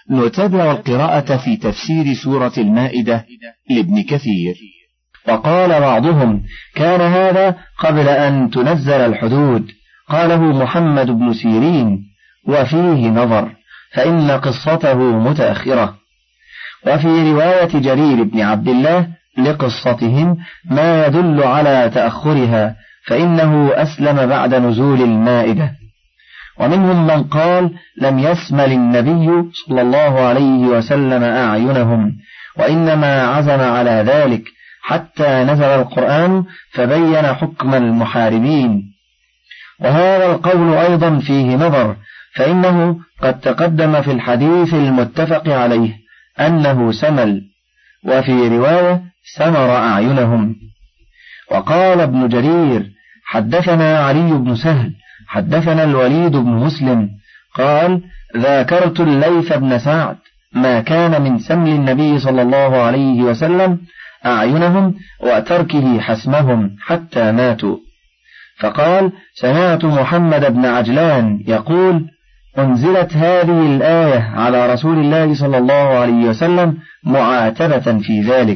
نتابع القراءة في تفسير سورة المائدة لابن كثير. وقال بعضهم كان هذا قبل أن تنزل الحدود، قاله محمد بن سيرين، وفيه نظر فإن قصته متأخرة. وفي رواية جرير بن عبد الله لقصتهم ما يدل على تأخرها، فإنه أسلم بعد نزول المائدة. ومنهم من قال لم يسمل النبي صلى الله عليه وسلم أعينهم، وإنما عزم على ذلك حتى نزل القرآن فبين حكم المحاربين. وهذا القول أيضا فيه نظر، فإنه قد تقدم في الحديث المتفق عليه أنه سمل، وفي رواية سمر أعينهم. وقال ابن جرير حدثنا علي بن سهل حدثنا الوليد بن مسلم قال ذاكرت الليث بن سعد ما كان من سمل النبي صلى الله عليه وسلم أعينهم وتركه حسمهم حتى ماتوا. فقال سمعت محمد بن عجلان يقول أنزلت هذه الآية على رسول الله صلى الله عليه وسلم معاتبة في ذلك،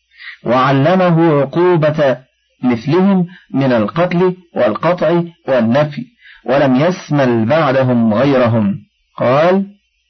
وعلمه عقوبة مثلهم من القتل والقطع والنفي، ولم يسمل بعدهم غيرهم. قال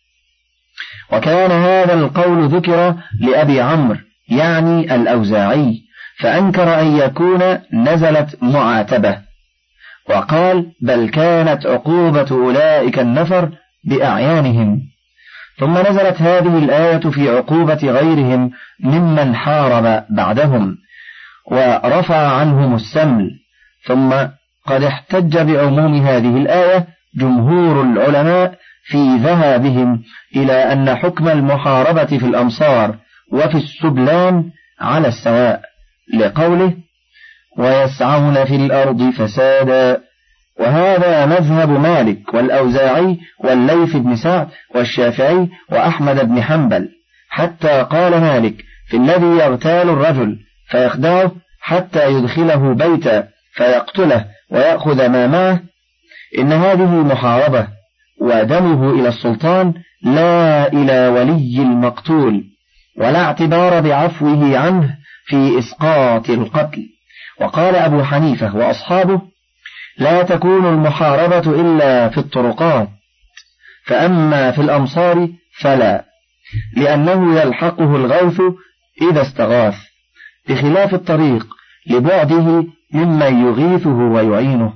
وكان هذا القول ذكر لأبي عمرو يعني الأوزاعي، فأنكر أن يكون نزلت معاتبة، وقال بل كانت عقوبة أولئك النفر بأعيانهم. ثم نزلت هذه الآية في عقوبة غيرهم ممن حارب بعدهم ورفع عنهم السمل. ثم قد احتج بعموم هذه الآية جمهور العلماء في ذهابهم إلى أن حكم المحاربة في الأمصار وفي السبلان على السواء، لقوله ويسعون في الأرض فسادا. وهذا مذهب مالك والأوزاعي والليث بن سعد والشافعي وأحمد بن حنبل، حتى قال مالك في الذي يغتال الرجل فيخدعه حتى يدخله بيتا فيقتله ويأخذ ما معه إن هذه محاربة، ودمه إلى السلطان لا إلى ولي المقتول، ولا اعتبار بعفوه عنه في إسقاط القتل. وقال أبو حنيفة وأصحابه لا تكون المحاربة إلا في الطرقات، فأما في الأمصار فلا، لأنه يلحقه الغوث إذا استغاث، بخلاف الطريق لبعده ممن يغيثه ويعينه.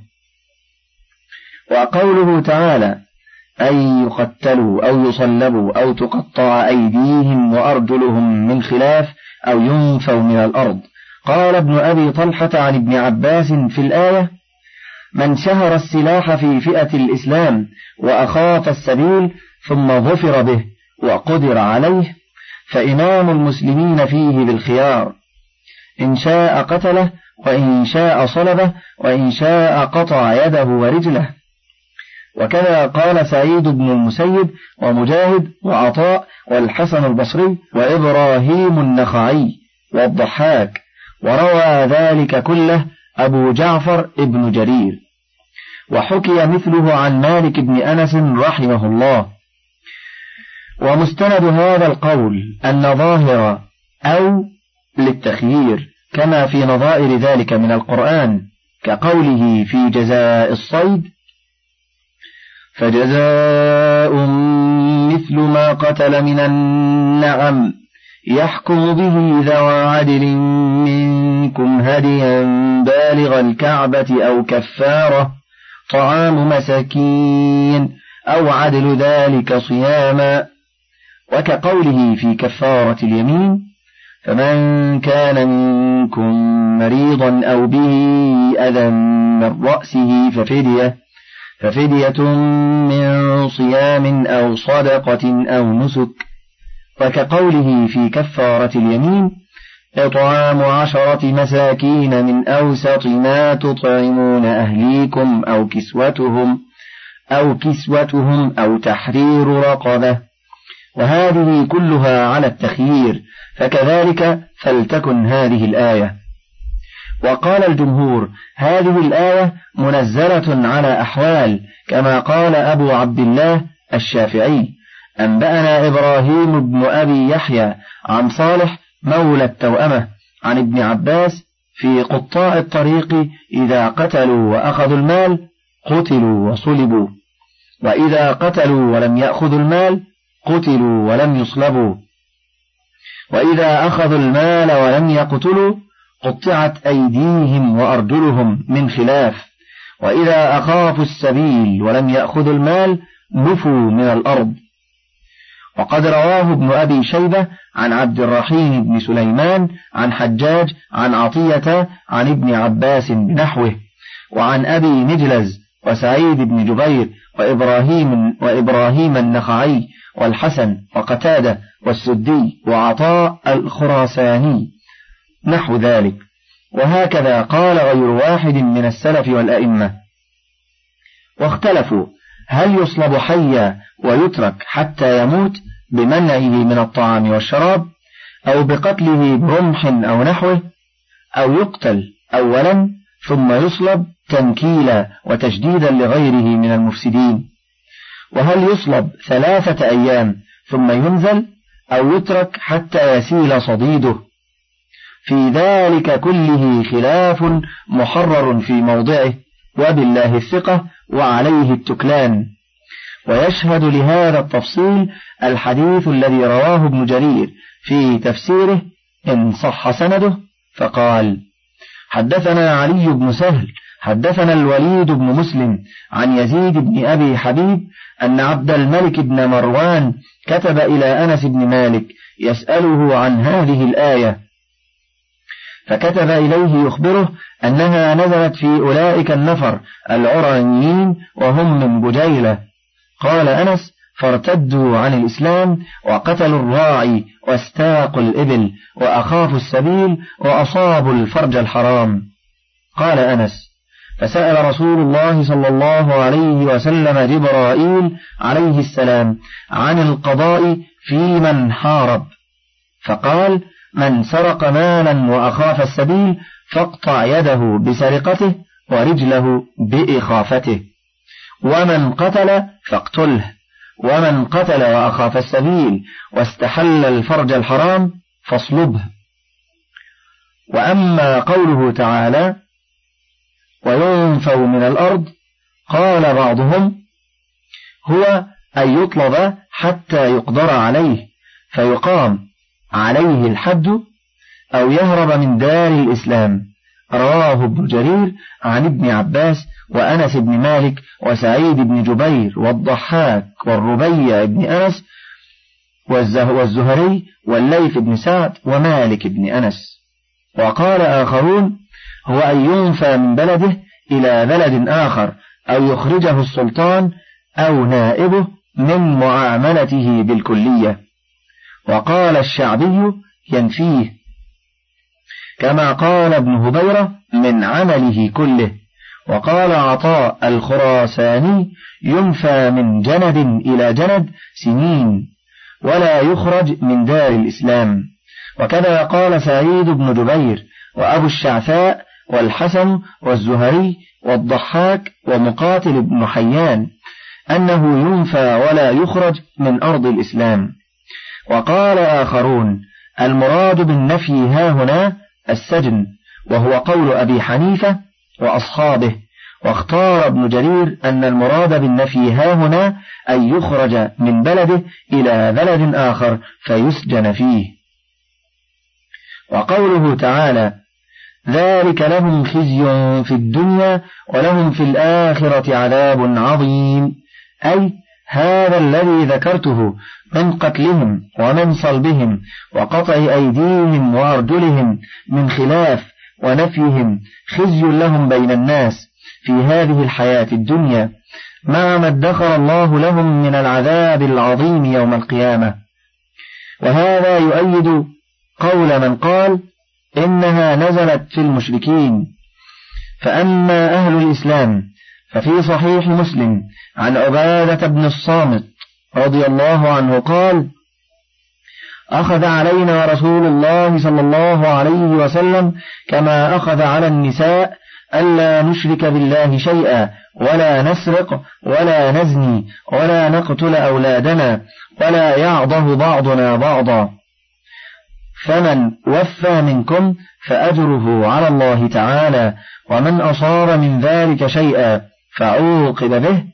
وقوله تعالى أن يقتلوا أو يصلبوا أو تقطع أيديهم وأرجلهم من خلاف أو ينفوا من الأرض. قال ابن أبي طلحة عن ابن عباس في الآية من شهر السلاح في فئة الإسلام وأخاف السبيل ثم ظفر به وقدر عليه فإمام المسلمين فيه بالخيار، إن شاء قتله وإن شاء صلبه وإن شاء قطع يده ورجله. وكذا قال سعيد بن المسيب ومجاهد وعطاء والحسن البصري وإبراهيم النخعي والضحاك، وروى ذلك كله أبو جعفر ابن جرير. وحكي مثله عن مالك بن أنس رحمه الله. ومستند هذا القول أن ظاهر أو للتخيير كما في نظائر ذلك من القرآن، كقوله في جزاء الصيد فجزاء مثل ما قتل من النعم يحكم به ذوى عدل منكم هديا بالغ الكعبة أو كفارة طعام مساكين أو عدل ذلك صياما. وكقوله في كفارة اليمين فمن كان منكم مريضا أو به أذى من رأسه ففدية من صيام أو صدقة أو نسك. وكقوله في كفارة اليمين إطعام 10 مساكين من أوسط ما تطعمون أهليكم أو كسوتهم أو تحرير رقبة. وهذه كلها على التخيير، فكذلك فلتكن هذه الآية. وقال الجمهور هذه الآية منزلة على أحوال، كما قال أبو عبد الله الشافعي أنبأنا إبراهيم بن أبي يحيى عن صالح مولى التوأمة عن ابن عباس في قطاع الطريق إذا قتلوا وأخذوا المال قتلوا وصلبوا، وإذا قتلوا ولم يأخذوا المال قتلوا ولم يصلبوا، وإذا أخذوا المال ولم يقتلوا قطعت أيديهم وأرجلهم من خلاف، وإذا أخافوا السبيل ولم يأخذوا المال نفوا من الأرض. وقد رواه ابن أبي شيبة عن عبد الرحيم بن سليمان عن حجاج عن عطية عن ابن عباس بنحوه، وعن أبي مجلز وسعيد بن جبير وإبراهيم النخعي والحسن وقتادة والسدي وعطاء الخراساني نحو ذلك. وهكذا قال غير واحد من السلف والأئمة. واختلفوا هل يصلب حيا ويترك حتى يموت بمنعه من الطعام والشراب، أو بقتله برمح أو نحوه، أو يقتل أولا ثم يصلب تنكيلا وتشديدا لغيره من المفسدين، وهل يصلب 3 أيام ثم ينزل، أو يترك حتى يسيل صديده. في ذلك كله خلاف محرر في موضعه، وبالله الثقة وعليه التكلان. ويشهد لهذا التفصيل الحديث الذي رواه ابن جرير في تفسيره إن صح سنده، فقال: حدثنا علي بن سهل حدثنا الوليد بن مسلم عن يزيد بن أبي حبيب أن عبد الملك بن مروان كتب إلى أنس بن مالك يسأله عن هذه الآية، فكتب إليه يخبره أنها نزلت في أولئك النفر العرانيين وهم من بجيلة. قال أنس: فارتدوا عن الإسلام وقتلوا الراعي واستاقوا الإبل وأخافوا السبيل وأصابوا الفرج الحرام. قال أنس: فسأل رسول الله صلى الله عليه وسلم جبرائيل عليه السلام عن القضاء في من حارب، فقال: من سرق مالا وأخاف السبيل فاقطع يده بسرقته ورجله بإخافته، ومن قتل فاقتله، ومن قتل وأخاف السبيل واستحل الفرج الحرام فاصلبه. وأما قوله تعالى: وينفوا من الأرض، قال بعضهم: هو أن يطلب حتى يقدر عليه فيقام عليه الحد، أو يهرب من دار الإسلام. رواه ابن جرير عن ابن عباس وأنس بن مالك وسعيد بن جبير والضحاك والربيع بن أنس والزهري والليث بن سعد ومالك بن أنس. وقال آخرون: هو أن ينفى من بلده إلى بلد آخر، أو يخرجه السلطان أو نائبه من معاملته بالكلية. وقال الشعبي: ينفيه، كما قال ابن هبيرة من عمله كله. وقال عطاء الخراساني: ينفى من جند إلى جند سنين ولا يخرج من دار الإسلام. وكذا قال سعيد بن جبير وأبو الشعثاء والحسن والزهري والضحاك ومقاتل بن حيان، أنه ينفى ولا يخرج من أرض الإسلام. وقال آخرون: المراد بالنفي هاهنا السجن، وهو قول أبي حنيفة وأصحابه. واختار ابن جرير أن المراد بالنفي هاهنا أن يخرج من بلده إلى بلد آخر فيسجن فيه. وقوله تعالى: ذلك لهم خزي في الدنيا ولهم في الآخرة عذاب عظيم، أي هذا الذي ذكرته من قتلهم ومن صلبهم وقطع أيديهم وأرجلهم من خلاف ونفيهم خزي لهم بين الناس في هذه الحياة الدنيا، مع ما ادخر الله لهم من العذاب العظيم يوم القيامة. وهذا يؤيد قول من قال إنها نزلت في المشركين. فأما أهل الإسلام ففي صحيح مسلم عن عبادة بن الصامت رضي الله عنه قال: أخذ علينا رسول الله صلى الله عليه وسلم كما أخذ على النساء ألا نشرك بالله شيئا ولا نسرق ولا نزني ولا نقتل أولادنا ولا يعضه بعضنا بعضا، فمن وفى منكم فأجره على الله تعالى، ومن أصاب من ذلك شيئا فعوقب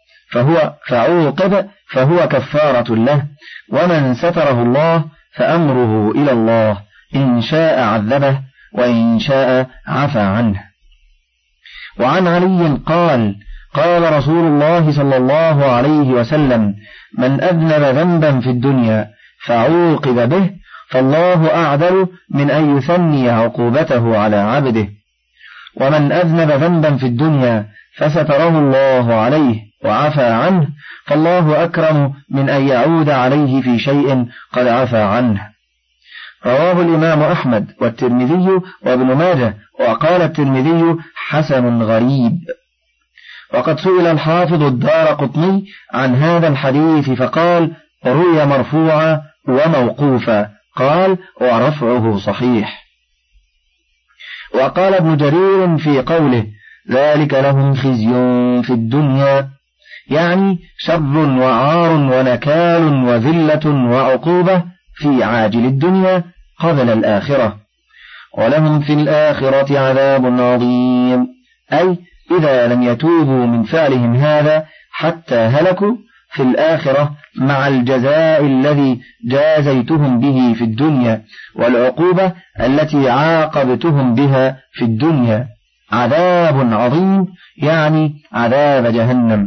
فهو كفارة له، ومن ستره الله فأمره إلى الله، إن شاء عذبه وإن شاء عفى عنه. وعن علي قال: قال رسول الله صلى الله عليه وسلم: من أذنب ذنبا في الدنيا فعوقب به فالله أعدل من أن يثني عقوبته على عبده، ومن أذنب ذنبا في الدنيا فستره الله عليه وعفى عنه فالله أكرم من أن يعود عليه في شيء قد عفى عنه. رواه الإمام أحمد والترمذي وابن ماجه، وقال الترمذي: حسن غريب. وقد سئل الحافظ الدارقطني عن هذا الحديث فقال: روي مرفوعا وموقوفا، قال: ورفعه صحيح. وقال ابن جرير في قوله: ذلك لهم خزي في الدنيا، يعني شر وعار ونكال وذلة وعقوبة في عاجل الدنيا قبل الآخرة، ولهم في الآخرة عذاب عظيم، أي إذا لم يتوبوا من فعلهم هذا حتى هلكوا في الآخرة مع الجزاء الذي جازيتهم به في الدنيا والعقوبة التي عاقبتهم بها في الدنيا، عذاب عظيم يعني عذاب جهنم.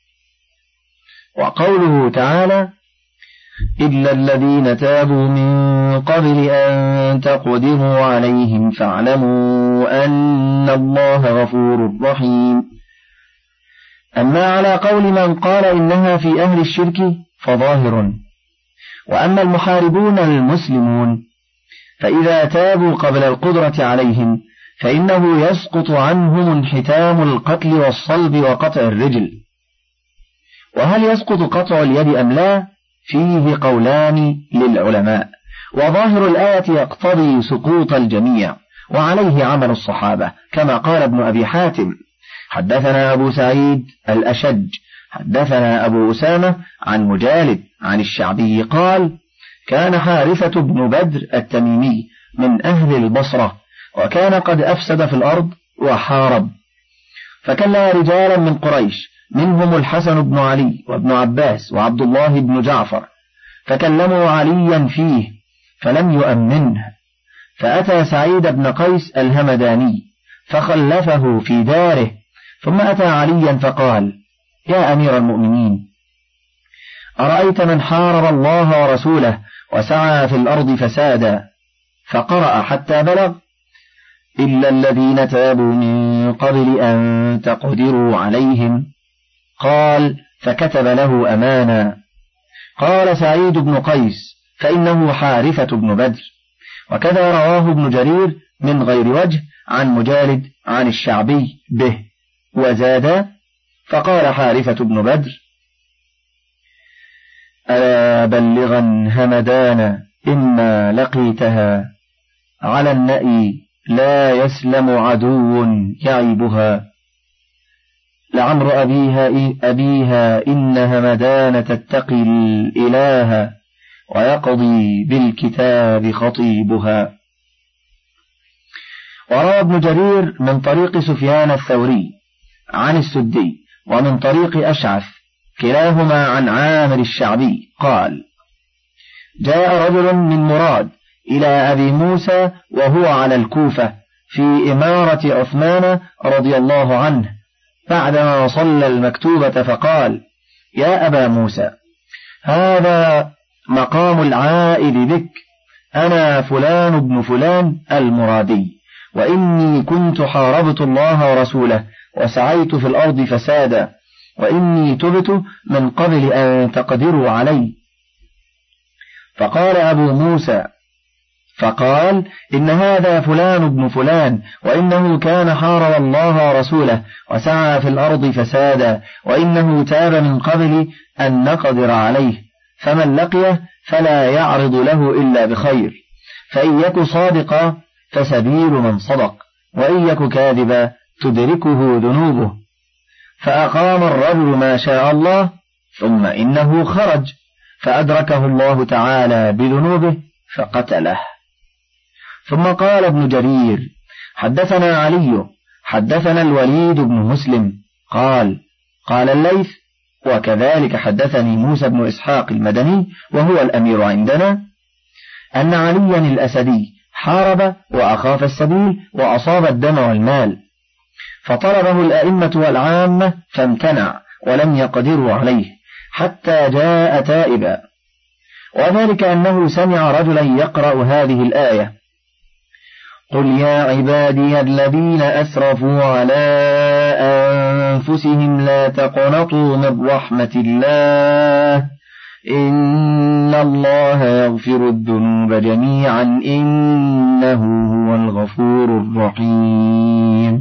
وقوله تعالى: إلا الذين تابوا من قبل أن تقدروا عليهم فاعلموا أن الله غفور رحيم. أما على قول من قال إنها في أهل الشرك فظاهر. وأما المحاربون المسلمون فإذا تابوا قبل القدرة عليهم فإنه يسقط عنهم انحتام القتل والصلب وقطع الرجل. وهل يسقط قطع اليد أم لا؟ فيه قولان للعلماء، وظاهر الآية يقتضي سقوط الجميع، وعليه عمل الصحابة، كما قال ابن أبي حاتم: حدثنا أبو سعيد الأشج حدثنا أبو أسامة عن مجالد عن الشعبي قال: كان حارثة بن بدر التميمي من أهل البصرة، وكان قد أفسد في الأرض وحارب، فكلا رجالا من قريش منهم الحسن بن علي وابن عباس وعبد الله بن جعفر، فكلموا عليا فيه فلم يؤمنه، فأتى سعيد بن قيس الهمداني فخلفه في داره، ثم أتى عليا فقال: يا أمير المؤمنين، أرأيت من حارب الله ورسوله وسعى في الأرض فسادا؟ فقرأ حتى بلغ: إلا الذين تابوا من قبل أن تقدروا عليهم، قال: فكتب له أمانا. قال سعيد بن قيس: فإنه حارثة بن بدر. وكذا رواه ابن جرير من غير وجه عن مجالد عن الشعبي به، وزاد: فقال حارثة بن بدر: ألا بلغا همدان إما لقيتها، على النأي لا يسلم عدو يعيبها، لعمر أبيها إن همدان تتقي الإله، ويقضي بالكتاب خطيبها. وروى ابن جرير من طريق سفيان الثوري عن السدي ومن طريق أشعث كلاهما عن عامر الشعبي قال: جاء رجل من مراد إلى أبي موسى وهو على الكوفة في إمارة عثمان رضي الله عنه بعدما صلى المكتوبة، فقال: يا أبا موسى، هذا مقام العائد بك، أنا فلان ابن فلان المرادي، وإني كنت حاربت الله ورسوله وسعيت في الأرض فسادا، وإني تبت من قبل أن تقدروا علي. فقال أبو موسى: فقال: إن هذا فلان ابن فلان، وإنه كان حارب الله ورسوله وسعى في الأرض فسادا، وإنه تاب من قبل أن نقدر عليه، فمن لقيه فلا يعرض له إلا بخير، فإن يك صادقا فسبيل من صدق، وإن يك كاذبا تدركه ذنوبه، فأقام الرجل ما شاء الله، ثم إنه خرج فأدركه الله تعالى بذنوبه فقتله. ثم قال ابن جرير: حدثنا علي حدثنا الوليد بن مسلم قال الليث: وكذلك حدثني موسى بن إسحاق المدني وهو الأمير عندنا، أن عليا الأسدي حارب وأخاف السبيل وأصاب الدم والمال، فطلبه الأئمة والعامة فامتنع ولم يقدروا عليه حتى جاء تائبا، وذلك أنه سمع رجلا يقرأ هذه الآية: قل يا عبادي الذين أسرفوا على أنفسهم لا تقنطوا من رحمة الله إن الله يغفر الذنوب جميعا إنه هو الغفور الرحيم.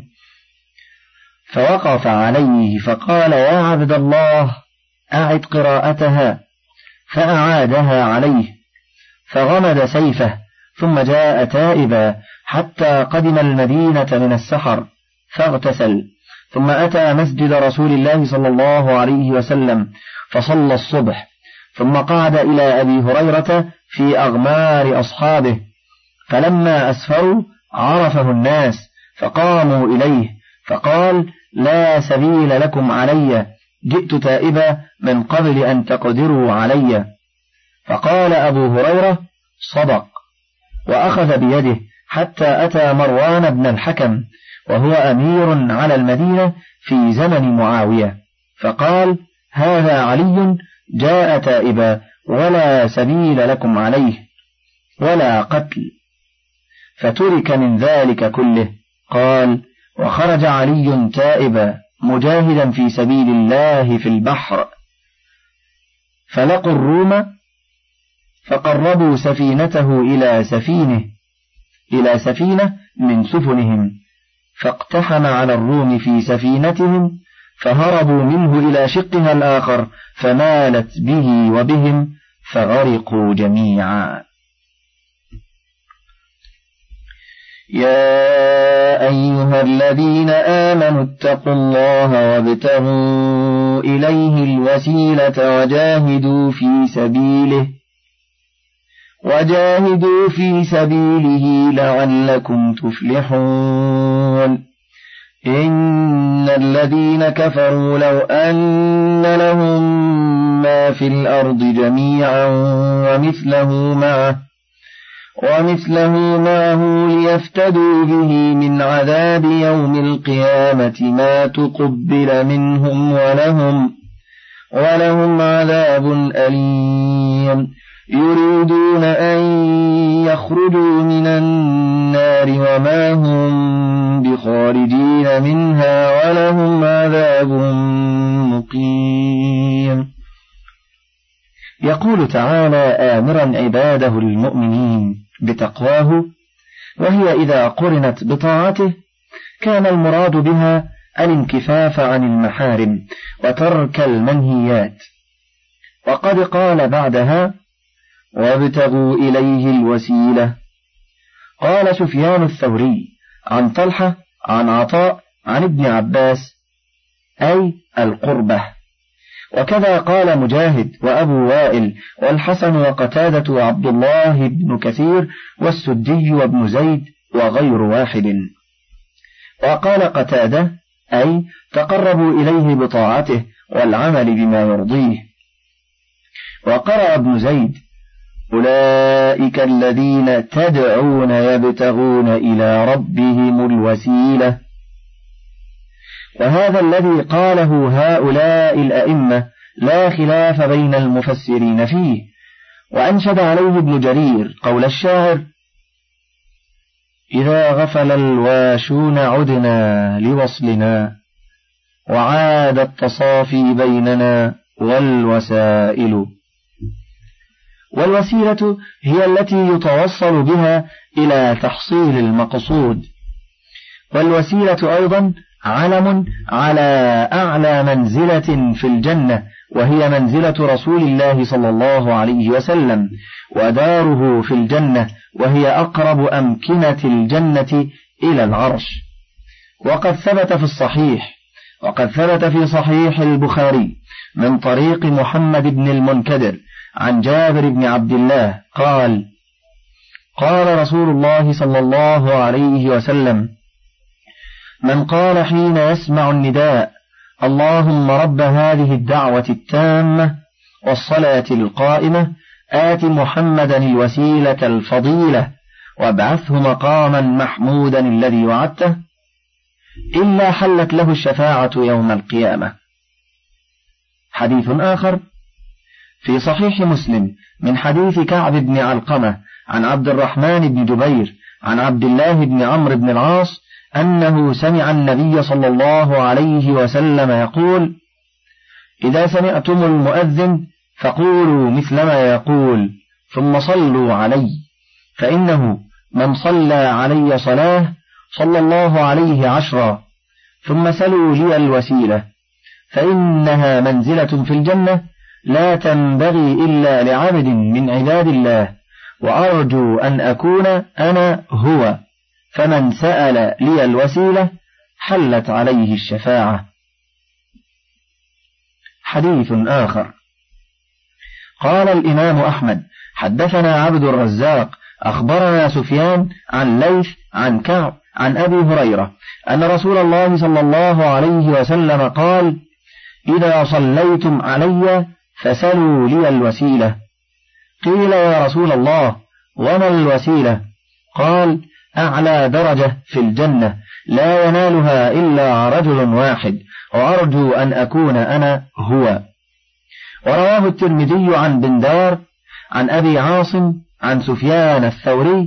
فوقف عليه فقال: يا عبد الله أعد قراءتها، فأعادها عليه، فغمد سيفه، ثم جاء تائبا حتى قدم المدينة من السحر، فاغتسل، ثم أتى مسجد رسول الله صلى الله عليه وسلم فصلى الصبح، ثم قعد إلى أبي هريرة في أغمار أصحابه، فلما أسفروا عرفه الناس فقاموا إليه، فقال: لا سبيل لكم علي، جئت تائبا من قبل أن تقدروا علي. فقال أبو هريرة: صدق، وأخذ بيده حتى أتى مروان بن الحكم وهو أمير على المدينة في زمن معاوية، فقال: هذا علي جاء تائبا ولا سبيل لكم عليه ولا قتل، فترك من ذلك كله. قال: وخرج علي تائبا مجاهدا في سبيل الله في البحر، فلقوا الروم فقربوا سفينته إلى سفينة من سفنهم، فاقتحم على الروم في سفينتهم، فهربوا منه إلى شقها الآخر، فمالت به وبهم فغرقوا جميعا. يا أيها الذين آمنوا اتقوا الله وابتغوا إليه الوسيلة وجاهدوا في سبيله لعلكم تفلحون. إن الذين كفروا لو أن لهم ما في الأرض جميعا ومثله معه ليفتدوا به من عذاب يوم القيامة ما تقبل منهم ولهم عذاب أليم. يريدون أن يخرجوا من النار وما هم بخارجين منها ولهم عذاب مقيم. يقول تعالى آمرا عباده المؤمنين بتقواه، وهي إذا قرنت بطاعته كان المراد بها الانكفاف عن المحارم وترك المنهيات. وقد قال بعدها: وابتغوا إليه الوسيلة. قال سفيان الثوري عن طلحة عن عطاء عن ابن عباس: أي القربة. وكذا قال مجاهد وأبو وائل والحسن وقتادة وعبد الله بن كثير والسدي وابن زيد وغير واحد. وقال قتادة: أي تقربوا إليه بطاعته والعمل بما يرضيه. وقرأ ابن زيد: أولئك الذين تدعون يبتغون إلى ربهم الوسيلة. وهذا الذي قاله هؤلاء الأئمة لا خلاف بين المفسرين فيه. وأنشد عليه ابن جرير قول الشاعر: إذا غفل الواشون عدنا لوصلنا وعاد التصافي بيننا والوسائل. والوسيلة هي التي يتوصل بها إلى تحصيل المقصود. والوسيلة أيضا علم على أعلى منزلة في الجنة، وهي منزلة رسول الله صلى الله عليه وسلم، وداره في الجنة، وهي أقرب أمكنة الجنة إلى العرش. وقد ثبت في صحيح البخاري من طريق محمد بن المنكدر عن جابر بن عبد الله قال: قال رسول الله صلى الله عليه وسلم: من قال حين يسمع النداء: اللهم رب هذه الدعوة التامة والصلاة القائمة آت محمدا الوسيلة الفضيلة وابعثه مقاما محمودا الذي وعدته، إلا حلت له الشفاعة يوم القيامة. حديث آخر في صحيح مسلم من حديث كعب بن علقمة عن عبد الرحمن بن جبير عن عبد الله بن عمرو بن العاص أنه سمع النبي صلى الله عليه وسلم يقول: إذا سمعتم المؤذن فقولوا مثل ما يقول ثم صلوا علي، فإنه من صلى علي صلاة صلى الله عليه 10، ثم سلوا لي الوسيلة فإنها منزلة في الجنة لا تنبغي إلا لعبد من عباد الله، وأرجو أن أكون أنا هو، فمن سأل لي الوسيلة حلت عليه الشفاعة. حديث آخر قال الإمام أحمد: حدثنا عبد الرزاق أخبرنا سفيان عن ليث عن كعب عن أبي هريرة أن رسول الله صلى الله عليه وسلم قال: إذا صليتم علي فسلوا لي الوسيلة. قيل: يا رسول الله وما الوسيلة؟ قال: أعلى درجة في الجنة لا ينالها إلا رجل واحد، وأرجو أن أكون أنا هو. ورواه الترمذي عن بندار عن أبي عاصم عن سفيان الثوري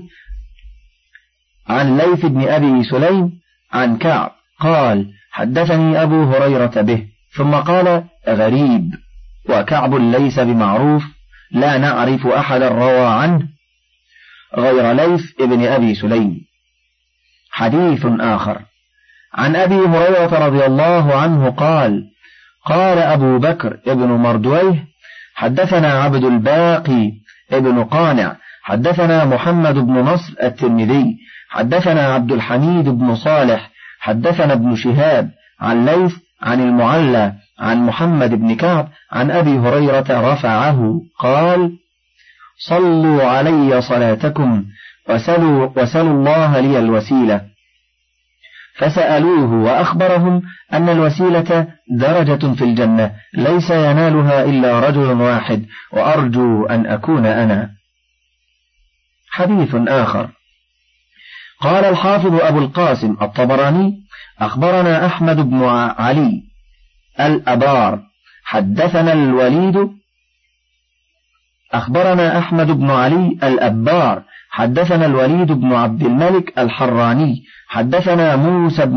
عن ليث بن أبي سليم عن كعب قال: حدثني أبو هريرة به، ثم قال: غريب، وكعب ليس بمعروف، لا نعرف أحدا روى عنه غير ليث ابن أبي سليم. حديث آخر عن أبي هريرة رضي الله عنه قال: قال أبو بكر ابن مردويه: حدثنا عبد الباقي ابن قانع حدثنا محمد بن نصر الترمذي حدثنا عبد الحميد بن صالح حدثنا ابن شهاب عن ليث عن المعلى عن محمد بن كعب عن أبي هريرة رفعه قال: صلوا علي صلاتكم وسلوا الله لي الوسيلة. فسألوه وأخبرهم أن الوسيلة درجة في الجنة ليس ينالها إلا رجل واحد، وأرجو أن أكون أنا. حديث آخر قال الحافظ أبو القاسم الطبراني: أخبرنا أحمد بن علي الأبار حدثنا الوليد بن عبد الملك الحراني حدثنا موسى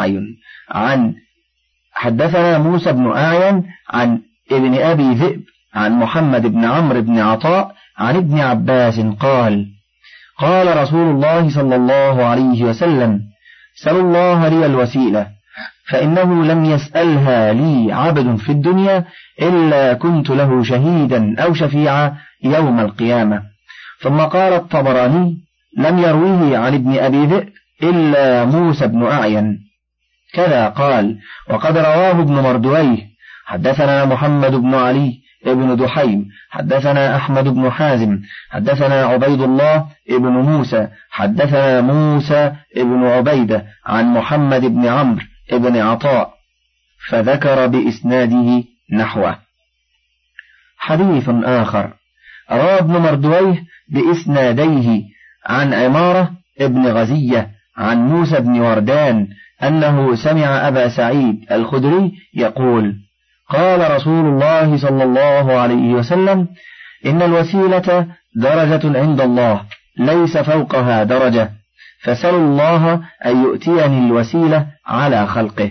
بن أعين عن ابن أبي ذئب عن محمد بن عمرو بن عطاء عن ابن عباس قال: قال رسول الله صلى الله عليه وسلم: سلوا الله لي الوسيلة، فإنه لم يسألها لي عبد في الدنيا إلا كنت له شهيدا أو شفيعا يوم القيامة. ثم قال الطبراني: لم يرويه عن ابن أبي ذئب إلا موسى بن أعين. كذا قال: وقد رواه ابن مردويه حدثنا محمد بن علي ابن دحيم حدثنا أحمد بن حازم حدثنا عبيد الله ابن موسى حدثنا موسى ابن عبيدة عن محمد بن عمرو ابن عطاء، فذكر بإسناده نحوه. حديث آخر روى ابن مردويه بإسناديه عن عمارة ابن غزية عن موسى بن وردان أنه سمع أبا سعيد الخدري يقول: قال رسول الله صلى الله عليه وسلم: إن الوسيلة درجة عند الله ليس فوقها درجة، فسلوا الله أن يؤتيني الوسيلة على خلقه.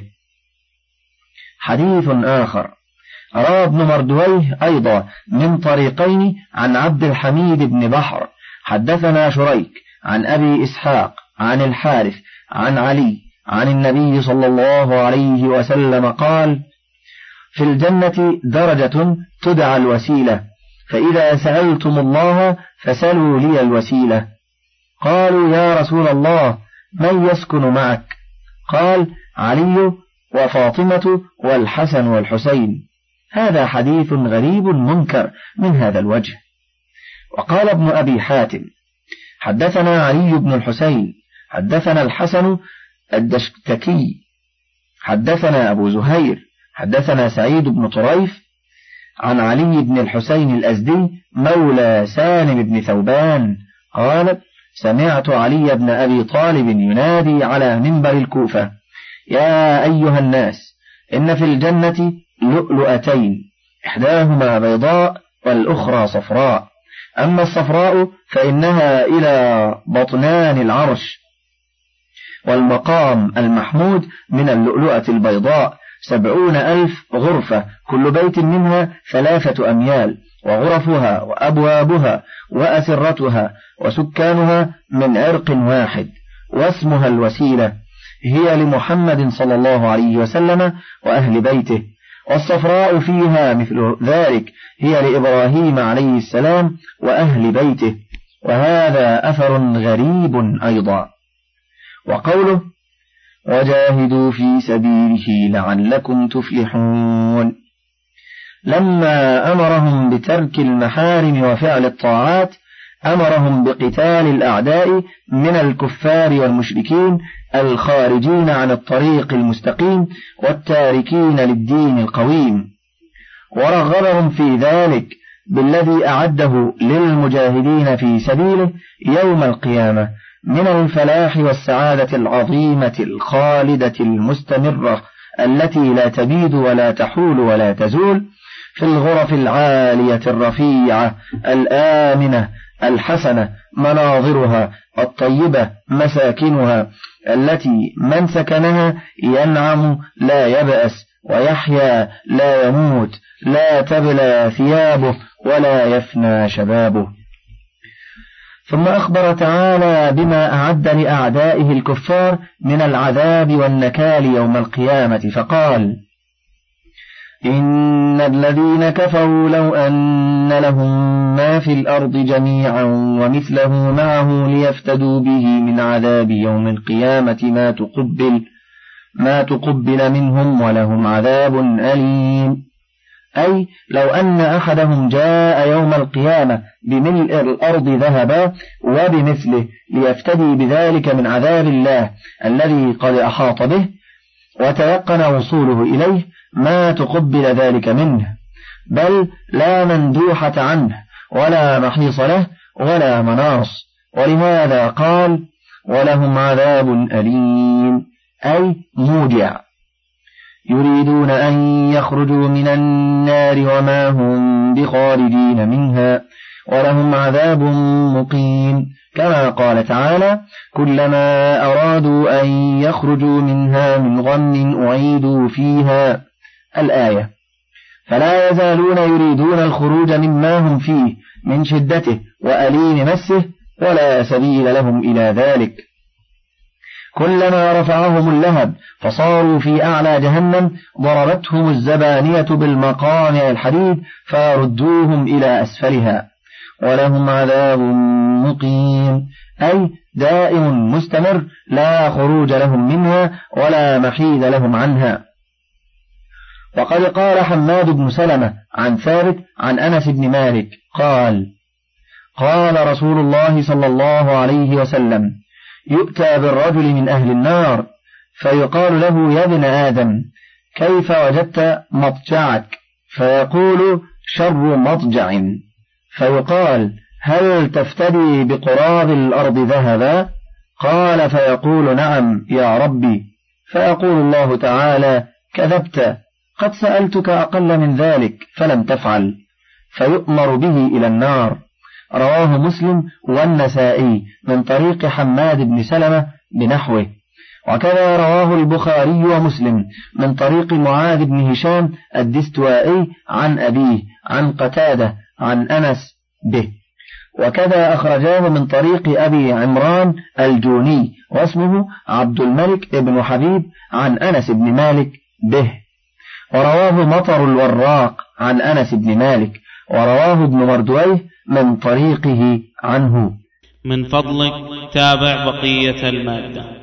حديث آخر روى ابن مردويه أيضا من طريقين عن عبد الحميد بن بحر حدثنا شريك عن أبي إسحاق عن الحارث عن علي عن النبي صلى الله عليه وسلم قال: في الجنة درجة تدعى الوسيلة، فإذا سألتم الله فسلوا لي الوسيلة. قالوا: يا رسول الله من يسكن معك؟ قال: علي وفاطمة والحسن والحسين. هذا حديث غريب منكر من هذا الوجه. وقال ابن أبي حاتم حدثنا علي بن الحسين حدثنا الحسن الدشتكي حدثنا أبو زهير حدثنا سعيد بن طريف عن علي بن الحسين الأزدي مولى سالم بن ثوبان قال سمعت علي بن أبي طالب ينادي على منبر الكوفة يا أيها الناس إن في الجنة لؤلؤتين إحداهما بيضاء والأخرى صفراء، أما الصفراء فإنها إلى بطنان العرش، والمقام المحمود من اللؤلؤة البيضاء 70,000 غرفة، كل بيت منها 3 أميال، وغرفها وأبوابها وأسرتها وسكانها من عرق واحد، واسمها الوسيلة، هي لمحمد صلى الله عليه وسلم وأهل بيته. والصفراء فيها مثل ذلك، هي لإبراهيم عليه السلام وأهل بيته. وهذا أثر غريب أيضا. وقوله وجاهدوا في سبيله لعلكم تفلحون، لما أمرهم بترك المحارم وفعل الطاعات أمرهم بقتال الأعداء من الكفار والمشركين الخارجين عن الطريق المستقيم والتاركين للدين القويم، ورغبهم في ذلك بالذي أعده للمجاهدين في سبيله يوم القيامة من الفلاح والسعادة العظيمة الخالدة المستمرة التي لا تبيد ولا تحول ولا تزول، في الغرف العالية الرفيعة الآمنة الحسنة مناظرها الطيبة مساكنها، التي من سكنها ينعم لا يبأس ويحيا لا يموت، لا تبلى ثيابه ولا يفنى شبابه. ثم أخبر تعالى بما أعد لأعدائه الكفار من العذاب والنكال يوم القيامة فقال إن الذين كفروا لو أن لهم ما في الأرض جميعا ومثله معه ليفتدوا به من عذاب يوم القيامة ما تقبل منهم ولهم عذاب أليم. أي لو أن أحدهم جاء يوم القيامة بملء الأرض ذهبا وبمثله ليفتدي بذلك من عذاب الله الذي قد أحاط به وتيقن وصوله إليه ما تقبل ذلك منه، بل لا مندوحة عنه ولا محيص له ولا مناص. ولهذا قال ولهم عذاب أليم، أي موجع. يريدون أن يخرجوا من النار وما هم بخارجين منها ولهم عذاب مقيم، كما قال تعالى كلما أرادوا أن يخرجوا منها من غم أعيدوا فيها الآية. فلا يزالون يريدون الخروج مما هم فيه من شدته وأليم مسه ولا سبيل لهم إلى ذلك. كلما رفعهم اللهب فصاروا في أعلى جهنم ضربتهم الزبانية بالمقامع الحديد فردوهم إلى أسفلها ولهم عذاب مقيم، أي دائم مستمر لا خروج لهم منها ولا محيد لهم عنها. وقد قال حماد بن سلمة عن ثابت عن أنس بن مالك قال قال رسول الله صلى الله عليه وسلم يؤتى بالرجل من أهل النار فيقال له يا ابن آدم كيف وجدت مضجعك؟ فيقول شر مضجع. فيقال هل تفتدي بقراب الأرض ذهبا؟ قال فيقول نعم يا ربي. فيقول الله تعالى كذبت، قد سألتك أقل من ذلك فلم تفعل، فيؤمر به إلى النار. رواه مسلم والنسائي من طريق حماد بن سلمة بنحوه. وكذا رواه البخاري ومسلم من طريق معاذ بن هشام الدستوائي عن أبيه عن قتادة عن أنس به. وكذا أخرجاه من طريق أبي عمران الجوني واسمه عبد الملك بن حبيب عن أنس بن مالك به. ورواه مطر الوراق عن أنس بن مالك، ورواه ابن مردويه من طريقه عنه. من فضلك تابع بقية المادة.